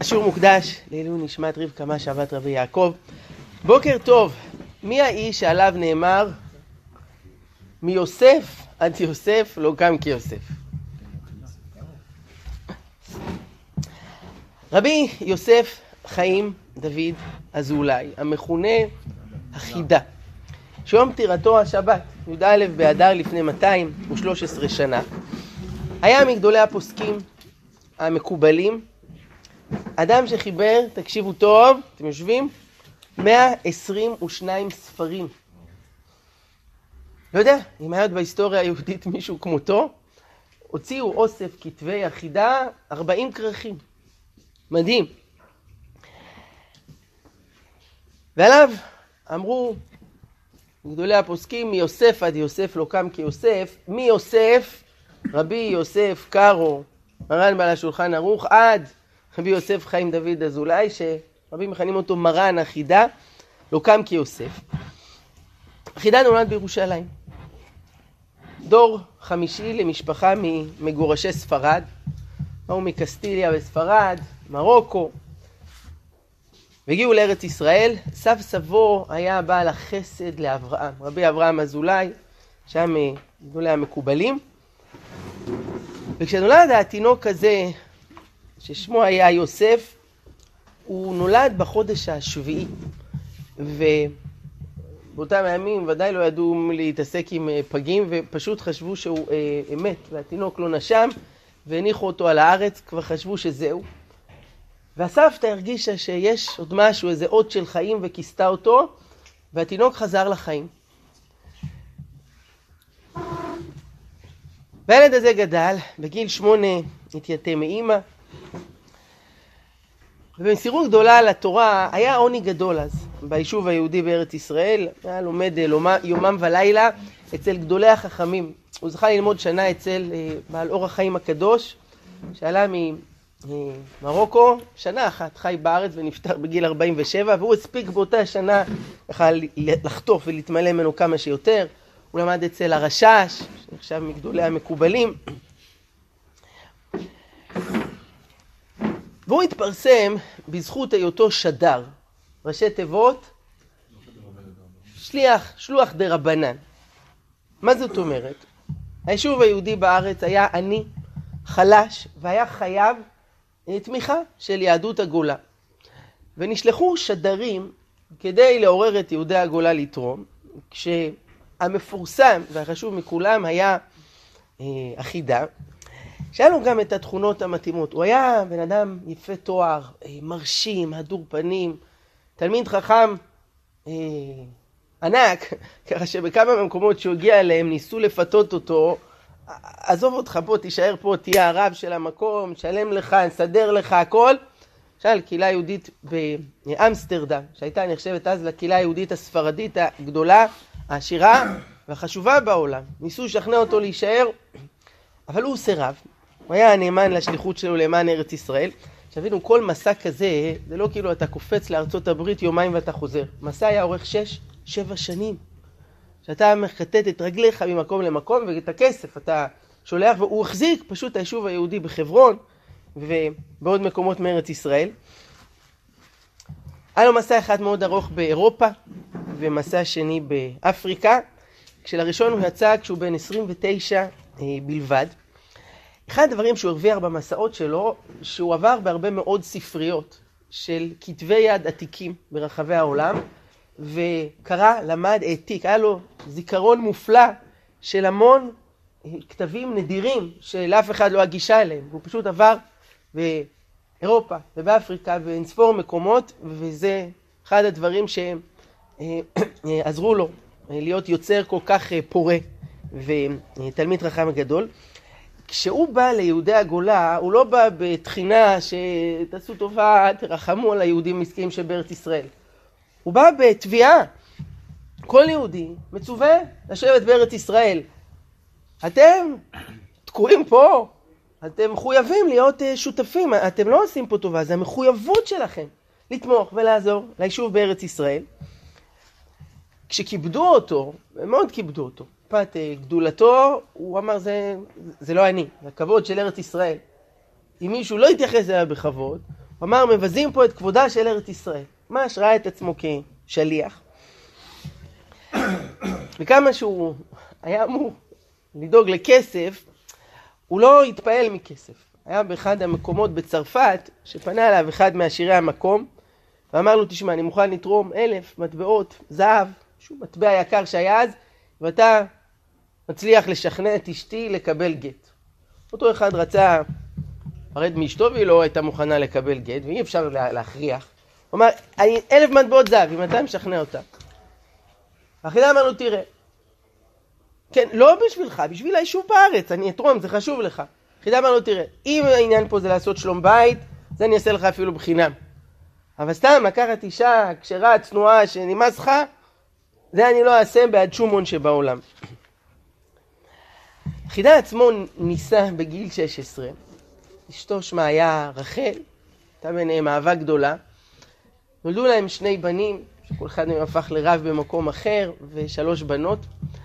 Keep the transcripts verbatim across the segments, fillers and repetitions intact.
השיעור מוקדש לעילוי נשמת רבקה משה בת רבי יעקב. בוקר טוב. מי האיש שעליו נאמר מיוסף עד יוסף לא קם כיוסף? רבי יוסף חיים דוד אזולאי, המכונה החידה, שיום פטירתו השבת י"א באדר לפני מאתיים ושלוש עשרה שנה, היה מגדולי הפוסקים המקובלים, אדם שחיבר, תקשיבו טוב, אתם יושבים, מאה עשרים ושניים ספרים. לא יודע, אם היה עוד בהיסטוריה היהודית מישהו כמותו, הוציאו אוסף כתבי החידה ארבעים כרכים. מדהים. ועליו אמרו גדולי הפוסקים, מיוסף עד יוסף לא קם כיוסף, מיוסף רבי יוסף קארו, מרן בעל השולחן ערוך, עד רבי יוסף חיים דוד אזולאי, שרבים מכנים אותו מרן החידה, לא קם כיוסף. החידה נולד בירושלים, דור חמישי למשפחה ממגורשי ספרד, באו מקסטיליה בספרד, מרוקו, והגיעו לארץ ישראל. סב סבו היה בעל החסד לאברהם, רבי אברהם אזולאי, שם גדולי המקובלים. וכשנולד התינוק הזה, ששמו היה יוסף, הוא נולד בחודש השביעי, ובאותם הימים ודאי לא ידעו להתעסק עם פגים, ופשוט חשבו שהוא אה, מת, והתינוק לא נשם, והניחו אותו על הארץ, כבר חשבו שזהו. והסבתא הרגישה שיש עוד משהו, איזה אות של חיים, וכיסתה אותו, והתינוק חזר לחיים. והילד הזה גדל, בגיל שמונה התייתם מאמא, ובמסירות גדולה לתורה, היה עוני גדול אז, ביישוב היהודי בארץ ישראל, היה לומד יומם ולילה אצל גדולי החכמים. הוא זכה ללמוד שנה אצל בעל אור החיים הקדוש, שעלה ממרוקו, שנה אחת חי בארץ ונפטר בגיל ארבעים ושבע, והוא הספיק באותה שנה לחטוף ולהתמלא ממנו כמה שיותר. הוא למד אצל הרשש, שנחשב מגדולי המקובלים. והוא התפרסם בזכות היותו שדר, ראשי תיבות, שליח, שלוח דרבנן. מה זאת אומרת? היישוב היהודי בארץ היה עני, חלש, והיה חייב תמיכה של יהדות הגולה. ונשלחו שדרים כדי לעורר את יהודי הגולה לתרום, כשהמפורסם והחשוב מכולם היה אה, החידה, שהיה לו גם את התכונות המתאימות. הוא היה בן אדם יפה תואר, אה, מרשים, הדור פנים, תלמיד חכם אה, ענק, ככה שבכמה מקומות שהוא הגיע אליהם ניסו לפתות אותו, עזוב אותך פה, תישאר פה, תהיה הרב של המקום, שלם לך, נסדר לך הכל. שאל, קהילה יהודית באמסטרדם, שהייתה נחשבת אז לקהילה היהודית הספרדית הגדולה, העשירה והחשובה בעולם. ניסו לשכנע אותו להישאר, אבל הוא סירב. הוא היה נאמן לשליחות שלו למען ארץ ישראל. שבינו, כל מסע כזה, זה לא כאילו אתה קופץ לארצות הברית יומיים ואתה חוזר. מסע היה אורך שש, שבע שנים. שאתה מחטט את רגליך ממקום למקום, ואת הכסף אתה שולח, והוא החזיק פשוט היישוב היהודי בחברון, ובעוד מקומות מארץ ישראל. היה לו מסע אחד מאוד ארוך באירופה, ומסע שני באפריקה, כשלראשון הוא יצא כשהוא בן עשרים ותשע אה, בלבד. אחד הדברים שהוא הרוויח במסעות שלו, שהוא עבר בהרבה מאוד ספריות של כתבי יד עתיקים ברחבי העולם, וקרא, למד, העתיק, היה לו זיכרון מופלא של המון כתבים נדירים שלאף אחד לא הגישה אליהם. הוא פשוט עבר באירופה ובאפריקה ואינספור מקומות, וזה אחד הדברים שעזרו לו להיות יוצר כל כך פורה ותלמיד חכם גדול. כשהוא בא ליהודי הגולה, הוא לא בא בתחינה שתעשו טובה, תרחמו על היהודים מסכנים שבארץ ישראל. הוא בא בתביעה. כל יהודי מצווה לשבת בארץ ישראל. אתם תקועים פה, אתם מחויבים להיות שותפים, אתם לא עושים פה טובה, זה המחויבות שלכם לתמוך ולעזור ליישוב בארץ ישראל. כשכיבדו אותו, מאוד כיבדו אותו, פת גדולתו, הוא אמר זה, זה לא אני, זה הכבוד של ארץ ישראל. אם מישהו לא יתייחס אליו בכבוד, הוא אמר, מבזים פה את כבודה של ארץ ישראל. ממש ראה את עצמו כשליח. וכמה שהוא היה אמור לדאוג לכסף, הוא לא התפעל מכסף. היה באחד המקומות בצרפת, שפנה אליו אחד מעשירי המקום, ואמר לו, תשמע, אני מוכן לתרום אלף מטבעות זהב, שהוא מטבע יקר שהיה אז, ואתה מצליח לשכנע את אשתי לקבל גט. אותו אחד רצה לרדת מאשתו, והיא לא הייתה מוכנה לקבל גט, ואי אפשר להכריח. הוא אמר, אלף מטבעות זהב, אם אתה משכנע אותה. החידה אמר לו, תראה, כן, לא בשבילך, בשביל היישוב בארץ, אני אתרום, זה חשוב לך. החידה אמר לו, תראה, אם העניין פה זה לעשות שלום בית, זה אני אעשה לך אפילו בחינם. אבל סתם, לקחת אישה כשרה, צנועה, שנמאס לך, זה אני לא אעשה בעד שום הון שבעולם. החידה עצמו ניסה בגיל שש עשרה. אשתו שמה היה רחל, הייתה ביניהם אהבה גדולה. נולדו להם שני בנים, שכל אחד מהם הפך לרב במקום אחר, ושלוש בנות.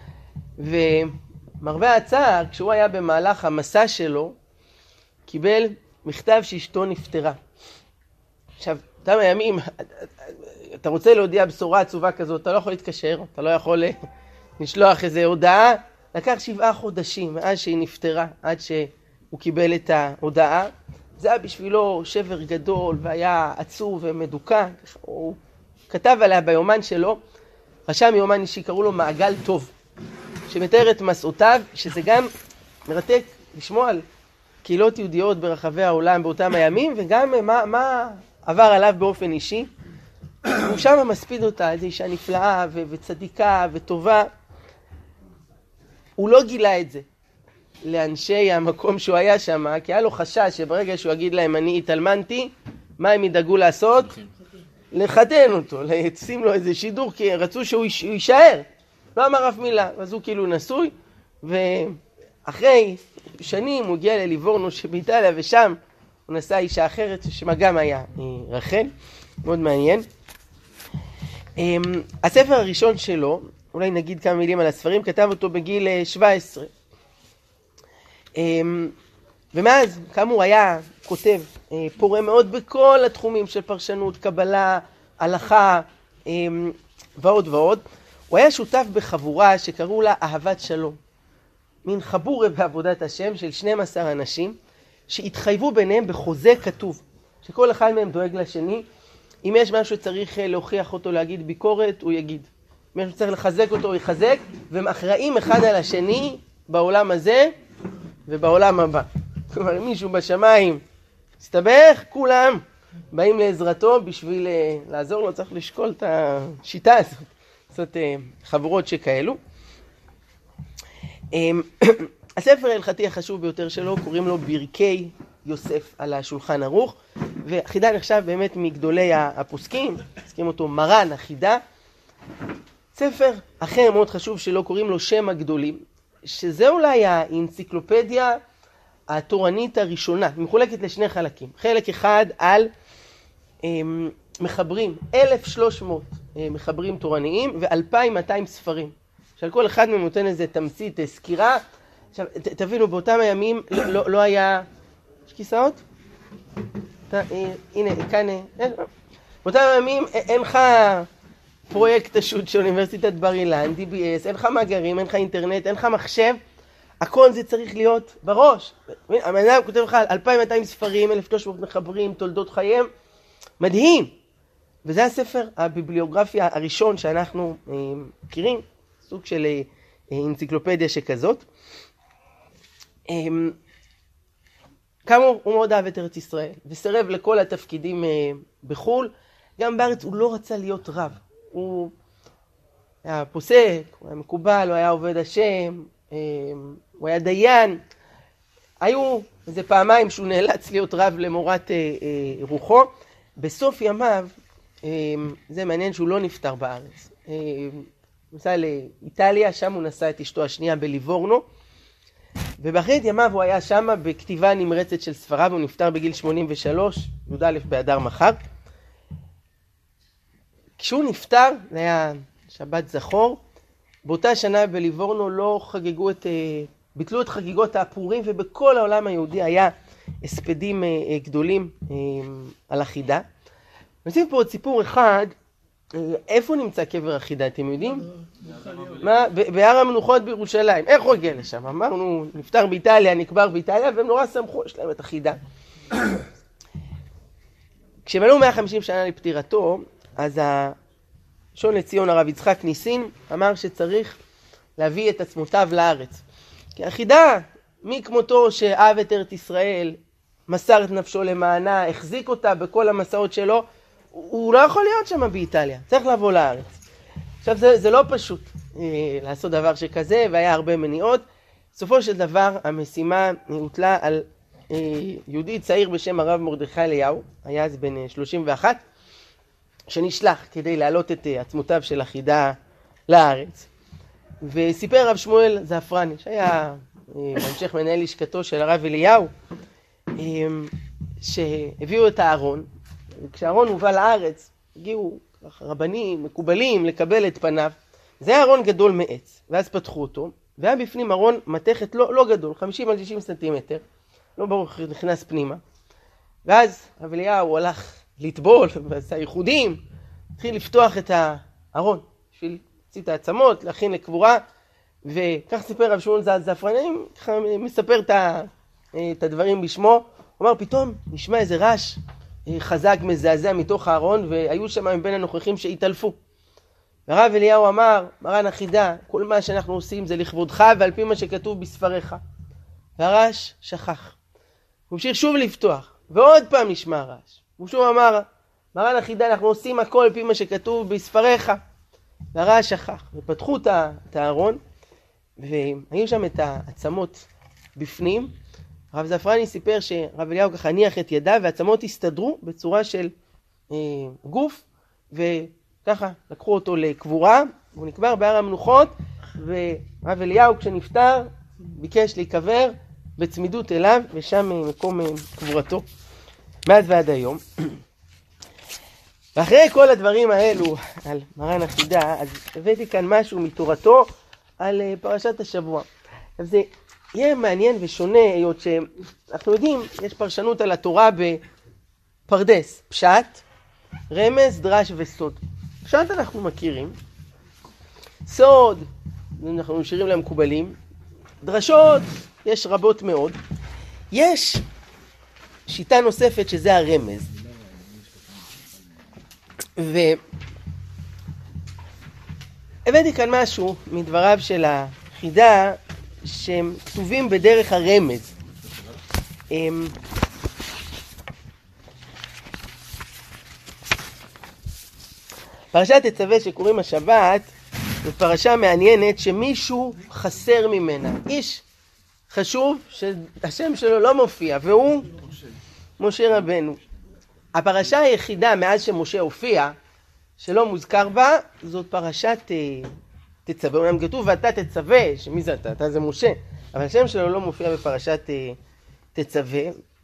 ומרבה הצער, כשהוא היה במהלך המסע שלו, קיבל מכתב שאשתו נפטרה. עכשיו, אותם הימים, אתה רוצה להודיע בשורה עצובה כזאת, אתה לא יכול להתקשר, אתה לא יכול לשלוח איזו הודעה. לקח שבעה חודשים מאז שהיא נפטרה, עד שהוא קיבל את ההודעה. זה היה בשבילו שבר גדול, והיה עצוב ומדוכא. הוא כתב עליה ביומן שלו, רשם יומן אישי, קראו לו מעגל טוב, שמתאר את מסעותיו, שזה גם מרתק לשמוע על קהילות יהודיות ברחבי העולם באותם הימים, וגם מה, מה עבר עליו באופן אישי. הוא שם מספיד אותה, איזו אישה נפלאה ו- וצדיקה וטובה. הוא לא גילה את זה לאנשי המקום שהוא היה שם, כי היה לו חשש שברגע שהוא יגיד להם אני התאלמנתי, מה הם ידאגו לעשות? לחתן אותו, לשים לו איזה שידור, כי רצו שהוא יישאר. לא אמר אף מילה, אז הוא כאילו נשוי, ואחרי שנים הוא הגיע לליבורנו שבאיטליה, ושם הוא נשא אישה אחרת, ששמה גם היה רחל, מאוד מעניין. הספר הראשון שלו, אולי נגיד כמה מילים על הספרים, כתב אותו בגיל שבע עשרה. ומאז, כאמור, היה כותב פורה מאוד בכל התחומים של פרשנות, קבלה, הלכה ועוד ועוד. הוא היה שותף בחבורה שקראו לה אהבת שלום. מין חבורה בעבודת השם של שנים עשר אנשים, שהתחייבו ביניהם בחוזה כתוב, שכל אחד מהם דואג לשני. אם יש משהו שצריך להוכיח אותו, להגיד ביקורת, הוא יגיד. אם יש שצריך לחזק אותו, הוא יחזק, והם אחראים אחד על השני בעולם הזה ובעולם הבא. כלומר, מישהו בשמיים הסתבך, כולם באים לעזרתו בשביל לעזור לו, צריך לשקול את השיטה הזאת. זאת חברות שכאלו. הספר ההלכתי החשוב ביותר שלו, קוראים לו ברכי יוסף על השולחן ערוך, והחידה נחשב באמת מגדולי הפוסקים, עוסקים אותו מרן החידה. ספר אחר מאוד חשוב שלו קוראים לו שם הגדולים, שזה אולי האנציקלופדיה התורנית הראשונה, מחולקת לשני חלקים. חלק אחד על הם, מחברים, אלף ושלוש מאות מחברים תורניים ו-אלפיים ומאתיים ספרים. שעל כל אחד מהם נותן איזה תמצית, סקירה. עכשיו, ת, תבינו, באותם הימים לא, לא, לא היה... יש כיסאות? ת, אה, הנה, כאן... אה, באותם הימים אין לך פרויקט השו"ת של אוניברסיטת בר אילן, די בי אס, אין לך מאגרים, אין לך אינטרנט, אין לך מחשב. הכל זה צריך להיות בראש. המדינה כותב לך אלפיים ומאתיים ספרים, אלף ושלוש מאות מחברים, תולדות חייהם. מדהים. וזה הספר הביבליוגרפיה הראשון שאנחנו אה, מכירים, סוג של אה, אנציקלופדיה שכזאת. אה, כאמור, הוא מאוד אהב את ארץ ישראל, וסירב לכל התפקידים אה, בחול. גם בארץ הוא לא רצה להיות רב. הוא היה פוסק, הוא היה מקובל, הוא היה עובד השם, אה, הוא היה דיין. היו איזה פעמיים שהוא נאלץ להיות רב למורת אה, אה, רוחו. בסוף ימיו, זה מעניין שהוא לא נפטר בארץ. הוא נסע לאיטליה, שם הוא נשא את אשתו השנייה בליבורנו, ובאחרית ימיו הוא היה שם בכתיבה נמרצת של ספריו, הוא נפטר בגיל שמונים ושלוש, י"א באדר מחר. כשהוא נפטר, זה היה שבת זכור, באותה שנה בליבורנו לא חגגו את, ביטלו את חגיגות הפורים, ובכל העולם היהודי היה הספדים גדולים על החידה. נוסיף פה עוד סיפור אחד, איפה נמצא קבר החידה, אתם יודעים? מה? בהר המנוחות בירושלים. איך הוא הגיע לשם? אמרנו, נפטר באיטליה, נקבר באיטליה, והם נורא שמחו, יש להם את החידה. כשמלאו מאה וחמישים שנה לפטירתו, אז השון לציון הרב יצחק ניסין אמר שצריך להביא את עצמותיו לארץ. כי החידה, מי כמותו שאהב את ארץ ישראל, מסר את נפשו למענה, החזיק אותה בכל המסעות שלו, הוא לא יכול להיות שם באיטליה, צריך לבוא לארץ. עכשיו זה, זה לא פשוט אה, לעשות דבר שכזה, והיה הרבה מניעות. בסופו של דבר המשימה הוטלה על אה, יהודי צעיר בשם הרב מרדכי אליהו, היה אז בן שלושים ואחת, שנשלח כדי להעלות את אה, עצמותיו של החידה לארץ. וסיפר רב שמואל זעפרני, שהיה אה, בהמשך מנהל לשכתו של הרב אליהו, אה, שהביאו את הארון, וכשהארון הובא לארץ, הגיעו רבנים, מקובלים, לקבל את פניו. זה היה ארון גדול מעץ, ואז פתחו אותו, והיה בפנים ארון מתכת לא, לא גדול, חמישים על שישים סנטימטר, לא ברור נכנס פנימה. ואז רב אליהו הלך לטבול, ועשה ייחודים, התחיל לפתוח את הארון, בשביל להוציא את העצמות, להכין לקבורה, וכך סיפר רב שמואל זעפרני, ככה מספר את הדברים בשמו, הוא אמר, פתאום נשמע איזה רעש, חזק מזעזע מתוך הארון, והיו שם מבין הנוכחים שהתעלפו. והרב אליהו אמר, מרן החידה, כל מה שאנחנו עושים זה לכבודך ועל פי מה שכתוב בספריך. והרעש שכח. הוא המשיך שוב לפתוח, ועוד פעם נשמע רעש. הוא שוב אמר, מרן החידה, אנחנו עושים הכל על פי מה שכתוב בספריך. והרעש שכח. ופתחו את הארון, והיו שם את העצמות בפנים. הרב זעפרני סיפר שרב אליהו ככה הניח את ידיו, והעצמות הסתדרו בצורה של אה, גוף, וככה לקחו אותו לקבורה, הוא נקבר בהר המנוחות, ורב אליהו כשנפטר ביקש להיקבר בצמידות אליו, ושם אה, מקום אה, קבורתו, מאז ועד היום. ואחרי כל הדברים האלו על מרן החידה, אז הבאתי כאן משהו מתורתו על אה, פרשת השבוע. אז זה יהיה מעניין ושונה, היות שאנחנו יודעים, יש פרשנות על התורה בפרדס, פשט, רמז, דרש וסוד. פשט אנחנו מכירים, סוד, אנחנו משאירים להם מקובלים, דרשות, יש רבות מאוד. יש שיטה נוספת שזה הרמז. והבאתי כאן משהו מדבריו של החידה, שהם כתובים בדרך הרמז. פרשת תצווה שקוראים השבת, זו פרשה מעניינת שמישהו חסר ממנה. איש חשוב שהשם שלו לא מופיע, והוא משה רבנו. הפרשה היחידה מאז שמשה הופיע, שלא מוזכר בה, זאת פרשת תצווה. אומנם כתוב ואתה תצווה, שמי זה אתה? אתה זה משה. אבל השם שלו לא מופיע בפרשת תצווה,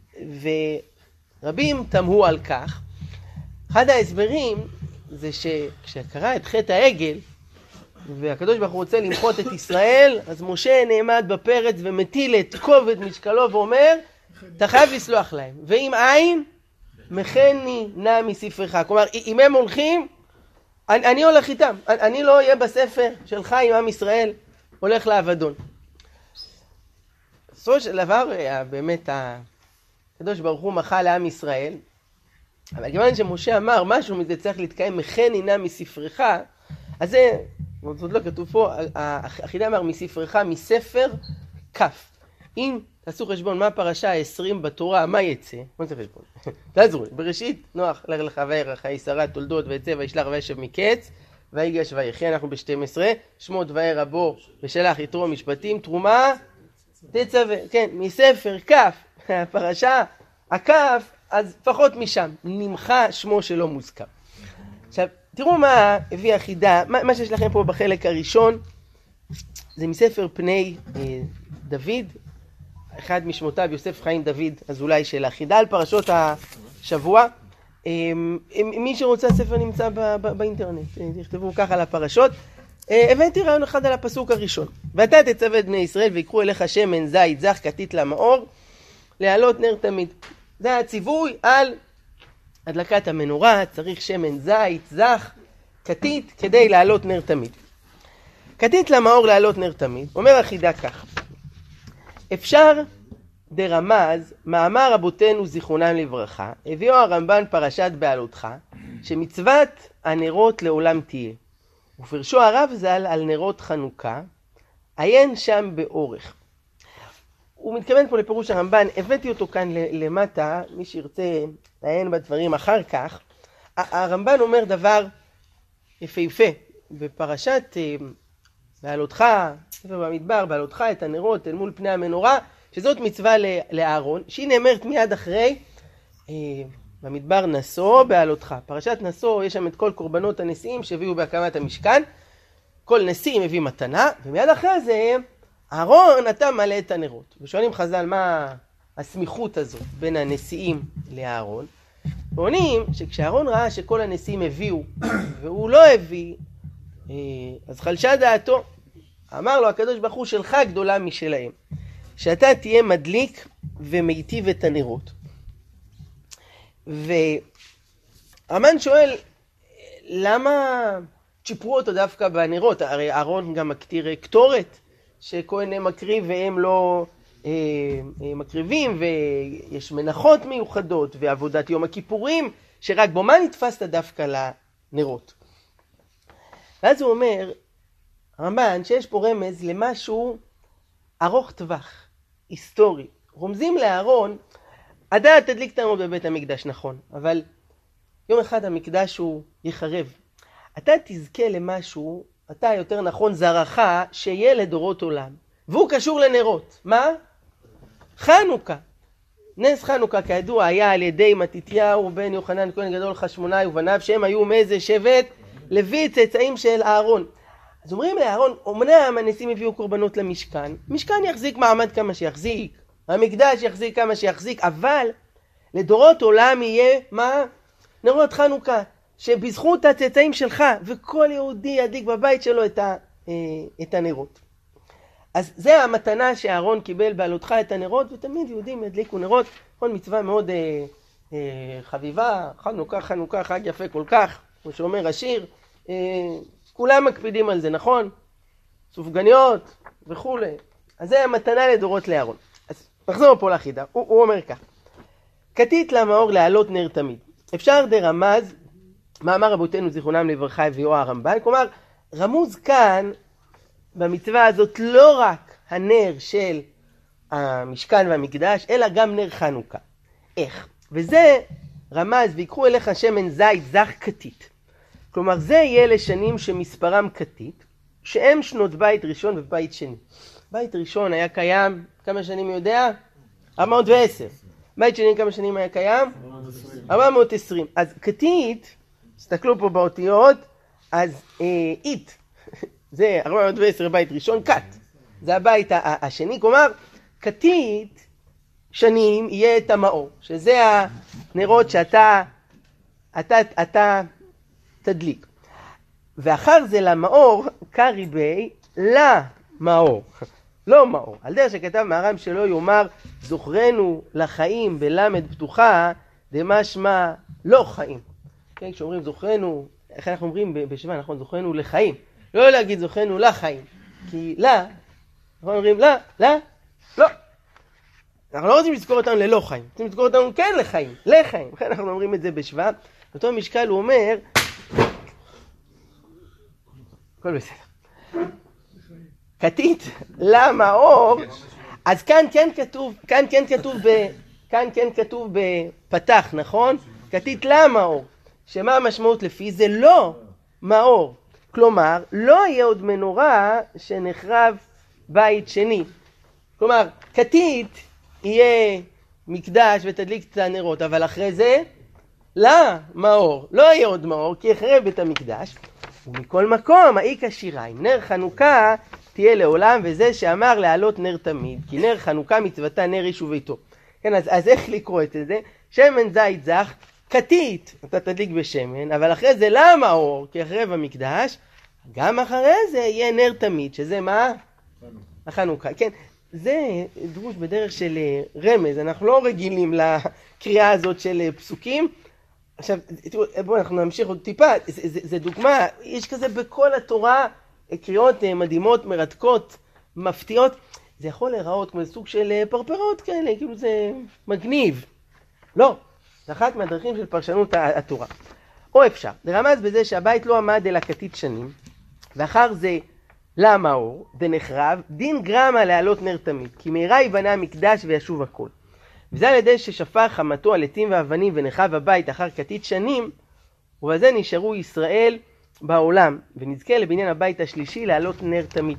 ורבים תמהו על כך. אחד ההסברים זה שכשקרא את חטא העגל, והקדוש ברוך הוא רוצה למחות את ישראל, אז משה נעמד בפרץ ומטיל את כובד משקלו ואומר, אתה חייב לסלוח להם. ואם אין, מחני נא מספרך. כלומר, אם הם הולכים, אני, אני הולך איתם. אני, אני לא אהיה בספר שלך עם עם ישראל, הולך לאבדון. בסופו של דבר, באמת, הקדוש ברוך הוא מחה לעם ישראל, אבל כיוון שמשה אמר משהו מזה צריך להתקיים, מחני נא מספרך, אז זה, זאת עוד לא כתוב פה, החידה אמר מספרך, מספר כף. אם תעשו חשבון מה הפרשה ה-עשרים בתורה, מה יצא? בוא נעשה חשבון. תעזרו לי. בראשית, נוח, לך לך וירא, חיי שרה, תולדות, ויצא, וישלח, וישב מקץ, ויגש, ויחיה, אנחנו ב-שתים עשרה, שמות וירא בו, ושלח יתרו משפטים, תרומה, תצווה. כן, מספר כף, הפרשה, הכף, אז פחות משם, נמחה שמו שלא מוזכר. עכשיו, תראו מה הביא החידה, מה, מה שיש לכם פה בחלק הראשון, זה מספר פני אה, דוד, אחד משמותיו יוסף חיים דוד אזולאי של החידה על פרשות השבוע. מי שרוצה הספר נמצא ב- ב- באינטרנט, תכתבו ככה על הפרשות. הבאתי רעיון אחד על הפסוק הראשון. ואתה תצווה את בני ישראל ויקחו אליך שמן זית זך כתית למאור להעלות נר תמיד. זה הציווי על הדלקת המנורה, צריך שמן זית, זך, כתית, כדי להעלות נר תמיד. כתית למאור להעלות נר תמיד, אומר החידה כך, אפשר דרמז, מאמר רבותינו זיכרונם לברכה, הביאו הרמב"ן פרשת בעלותך, שמצוות הנרות לעולם תהיה. ופרשו הרב ז"ל על נרות חנוכה, עיין שם באורך. הוא מתכוון פה לפירוש הרמב"ן, הבאתי אותו כאן למטה, מי שירצה לעיין בדברים אחר כך. הרמב"ן אומר דבר יפהפה, בפרשת בעלותך, ספר במדבר, בעלותך את הנרות אל מול פני המנורה, שזאת מצווה לאהרון, שהיא נאמרת מיד אחרי, אה, במדבר נשוא בעלותך. פרשת נשוא, יש שם את כל קורבנות הנשיאים שהביאו בהקמת המשכן, כל נשיא מביא מתנה, ומיד אחרי זה, אהרון אתה מלא את הנרות. ושואלים חז"ל מה הסמיכות הזו בין הנשיאים לאהרון, ועונים שכשאהרון ראה שכל הנשיאים הביאו, והוא לא הביא, אה, אז חלשה דעתו. אמר לו הקדוש ברוך הוא שלך גדולה משלהם, שאתה תהיה מדליק ומיטיב את הנרות. והמן שואל, למה צ'יפרו אותו דווקא בנרות? הרי אהרון גם מקטיר קטורת, שכהן מקריב והם לא אה, אה, מקריבים, ויש מנחות מיוחדות, ועבודת יום הכיפורים, שרק בו מה נתפסת דווקא לנרות? ואז הוא אומר, הרמב"ן, שיש פה רמז למשהו ארוך טווח, היסטורי. רומזים לאהרון, אתה תדליק את הנרות בבית המקדש, נכון, אבל יום אחד המקדש הוא יחרב. אתה תזכה למשהו, אתה יותר נכון זרעך, שיהיה לדורות עולם. והוא קשור לנרות. מה? חנוכה. נס חנוכה כידוע היה על ידי מתתיהו בן יוחנן כהן גדול חשמונאי ובניו, שהם היו מאיזה שבט? לוי, צאצאים של אהרון. אז אומרים לאהרון, אמנם הנשיאים הביאו קורבנות למשכן, משכן יחזיק מעמד כמה שיחזיק, המקדש יחזיק כמה שיחזיק, אבל לדורות עולם יהיה מה? נרות חנוכה, שבזכות הצאצאים שלך, וכל יהודי ידליק בבית שלו את, ה, את הנרות. אז זה המתנה שאהרון קיבל בעלותך את הנרות, ותמיד יהודים ידליקו נרות, כל מצווה מאוד אה, אה, חביבה, חנוכה, חנוכה, חג יפה כל כך, כמו שאומר השיר, אה, כולם מקפידים על זה, נכון? סופגניות וכו'. אז זה המתנה לדורות לאהרון. אז נחזור פה לחידה, הוא, הוא אומר כך, כתית למאור להעלות נר תמיד. אפשר דרמז, מאמר רבותינו זיכרונם לברכה הביאו הרמב"ן, כלומר, רמוז כאן במצווה הזאת לא רק הנר של המשכן והמקדש, אלא גם נר חנוכה. איך? וזה רמז, ויקחו אליך שמן זית זך כתית. כלומר, זה יהיה לשנים שמספרם כתית, שהם שנות בית ראשון ובית שני. בית ראשון היה קיים, כמה שנים יודע? ארבע מאות ועשר. בית שני כמה שנים היה קיים? ארבע מאות ועשרים. אז כתית, תסתכלו פה באותיות, אז אה, אית, זה ארבע מאות ועשר בית ראשון, כת. זה הבית השני, כלומר, כתית שנים יהיה את המאור, שזה הנרות שאתה אתה, אתה תדליק. ואחר זה למאור, קרי בי, למאור. לא מאור. על דרך שכתב מהר"ם שלו יאמר, זוכרנו לחיים בלמד פתוחה, דמשמע לא חיים. כן, כשאומרים זוכרנו, איך אנחנו אומרים בשבע, נכון, זוכרנו לחיים. לא להגיד זוכרנו לחיים. כי לה, אנחנו אומרים לה, לה, לא. אנחנו לא רוצים לזכור אותנו ללא חיים. רוצים לזכור אותנו כן לחיים, לחיים. לכן אנחנו אומרים את זה בשבע. באותו משקל הוא אומר, הכל בסדר. כתית למאור, אז כאן כן כתוב, כאן כן כתוב ב, כאן כן כתוב בפתח, נכון? כתית למאור, שמה המשמעות לפי זה? לא מאור. כלומר, לא יהיה עוד מנורה שנחרב בית שני. כלומר, כתית יהיה מקדש ותדליק את הנרות, אבל אחרי זה, לא מאור. לא יהיה עוד מאור, כי יחרב את המקדש. ומכל מקום, העיק השיריים, נר חנוכה תהיה לעולם, וזה שאמר להעלות נר תמיד, כי נר חנוכה מצוותה נר איש וביתו. כן, אז, אז איך לקרוא את זה? שמן זית זך, כתית, אתה תדליק בשמן, אבל אחרי זה למה אור? כי אחרי במקדש, גם אחרי זה יהיה נר תמיד, שזה מה? החנוכה. כן, זה דרוש בדרך של רמז, אנחנו לא רגילים לקריאה הזאת של פסוקים. עכשיו, בואו אנחנו נמשיך עוד טיפה, זה, זה, זה דוגמה, יש כזה בכל התורה קריאות מדהימות, מרתקות, מפתיעות, זה יכול להיראות כמו סוג של פרפרות כאלה, כאילו זה מגניב. לא, זה אחת מהדרכים של פרשנות התורה. או אפשר, לרמז בזה שהבית לא עמד אלא כתית שנים, ואחר זה למה אור, דנחרב, דין גרמה להעלות נר תמיד, כי מהרה ייבנה המקדש וישוב הכל. וזה על ידי ששפך חמתו על עטים ואבנים ונחרב הבית אחר כתית שנים, ובזה נשארו ישראל בעולם, ונזכה לבניין הבית השלישי להעלות נר תמיד.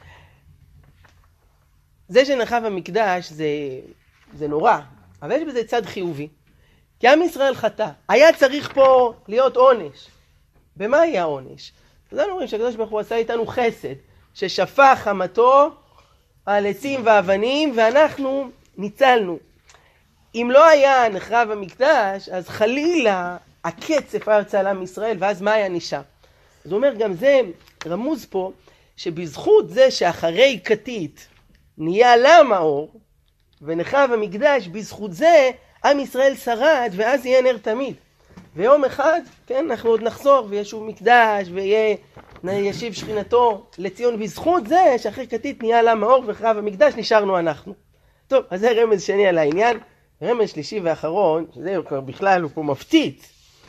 זה שנחרב המקדש זה, זה נורא, אבל יש בזה צד חיובי. כי עם ישראל חטא, היה צריך פה להיות עונש. במה היה עונש? אז אנחנו רואים שהקדוש ברוך הוא עשה איתנו חסד, ששפך חמתו על עצים ואבנים, ואנחנו ניצלנו. אם לא היה נחרב המקדש, אז חלילה הקצף היה יוצא על עם ישראל, ואז מה היה נשאר? אז הוא אומר, גם זה רמוז פה, שבזכות זה שאחרי כתית נהיה למה אור, ונחרב המקדש, בזכות זה עם ישראל שרד, ואז יהיה נר תמיד. ויום אחד, כן, אנחנו עוד נחזור, ויהיה שוב מקדש, וישיב שכינתו לציון, בזכות זה שאחרי כתית נהיה למה אור, ונחרב המקדש, נשארנו אנחנו. טוב, אז זה רמז שני על העניין. רמז שלישי ואחרון, שזה כבר בכלל הוא פה מפציץ,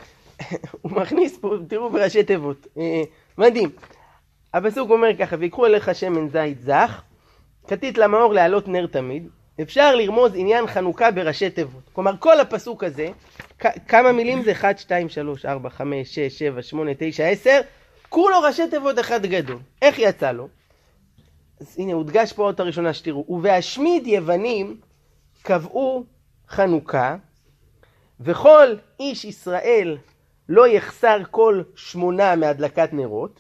הוא מכניס פה, תראו בראשי תיבות, אה, מדהים. הפסוק אומר ככה, ויקחו אליך שמן זית זך, כתית למאור להעלות נר תמיד. אפשר לרמוז עניין חנוכה בראשי תיבות. כלומר, כל הפסוק הזה, כ- כמה מילים זה? אחת, שתיים, שלוש, ארבע, חמש, שש, שבע, שמונה, תשע, עשר, כולו ראשי תיבות אחד גדול. איך יצא לו? אז הנה, הודגש פה עוד הראשונה שתראו. ובהשמיד יוונים קבעו חנוכה, וכל איש ישראל לא יחסר כל שמונה מהדלקת נרות.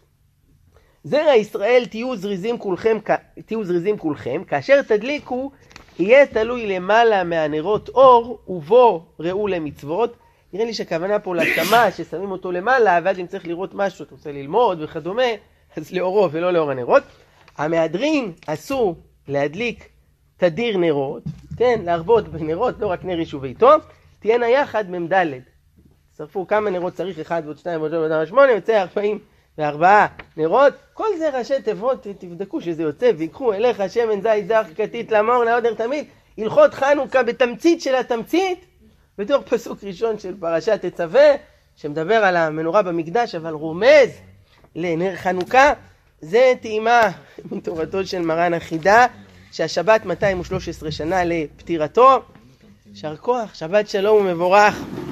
זרע ישראל תהיו זריזים כולכם, תהיו זריזים כולכם, כאשר תדליקו יהיה תלוי למעלה מהנרות אור, ובו ראו למצוות. נראה לי שהכוונה פה לשמה ששמים אותו למעלה, ואז אם צריך לראות משהו, אתה רוצה ללמוד וכדומה, אז לאורו ולא לאור הנרות. המהדרין עשו להדליק תדיר נרות, כן, להרבות בנרות, לא רק נר איש וביתו, תהיינה יחד ממדלת. שרפו כמה נרות צריך, אחד ועוד שתיים ועוד ועוד שמונה, יוצא ארבעים וארבעה נרות. כל זה ראשי תיבות, תבדקו שזה יוצא, ויקחו אליך שמן זית זך כתית למאור להעלות נר תמיד. הלכות חנוכה בתמצית של התמצית, בתור פסוק ראשון של פרשת תצווה, שמדבר על המנורה במקדש, אבל רומז לנר חנוכה. זה טעימה מתורתו של מרן החידה, שהשבת מאתיים ושלוש עשרה שנה לפטירתו. יישר כוח, שבת שלום ומבורך.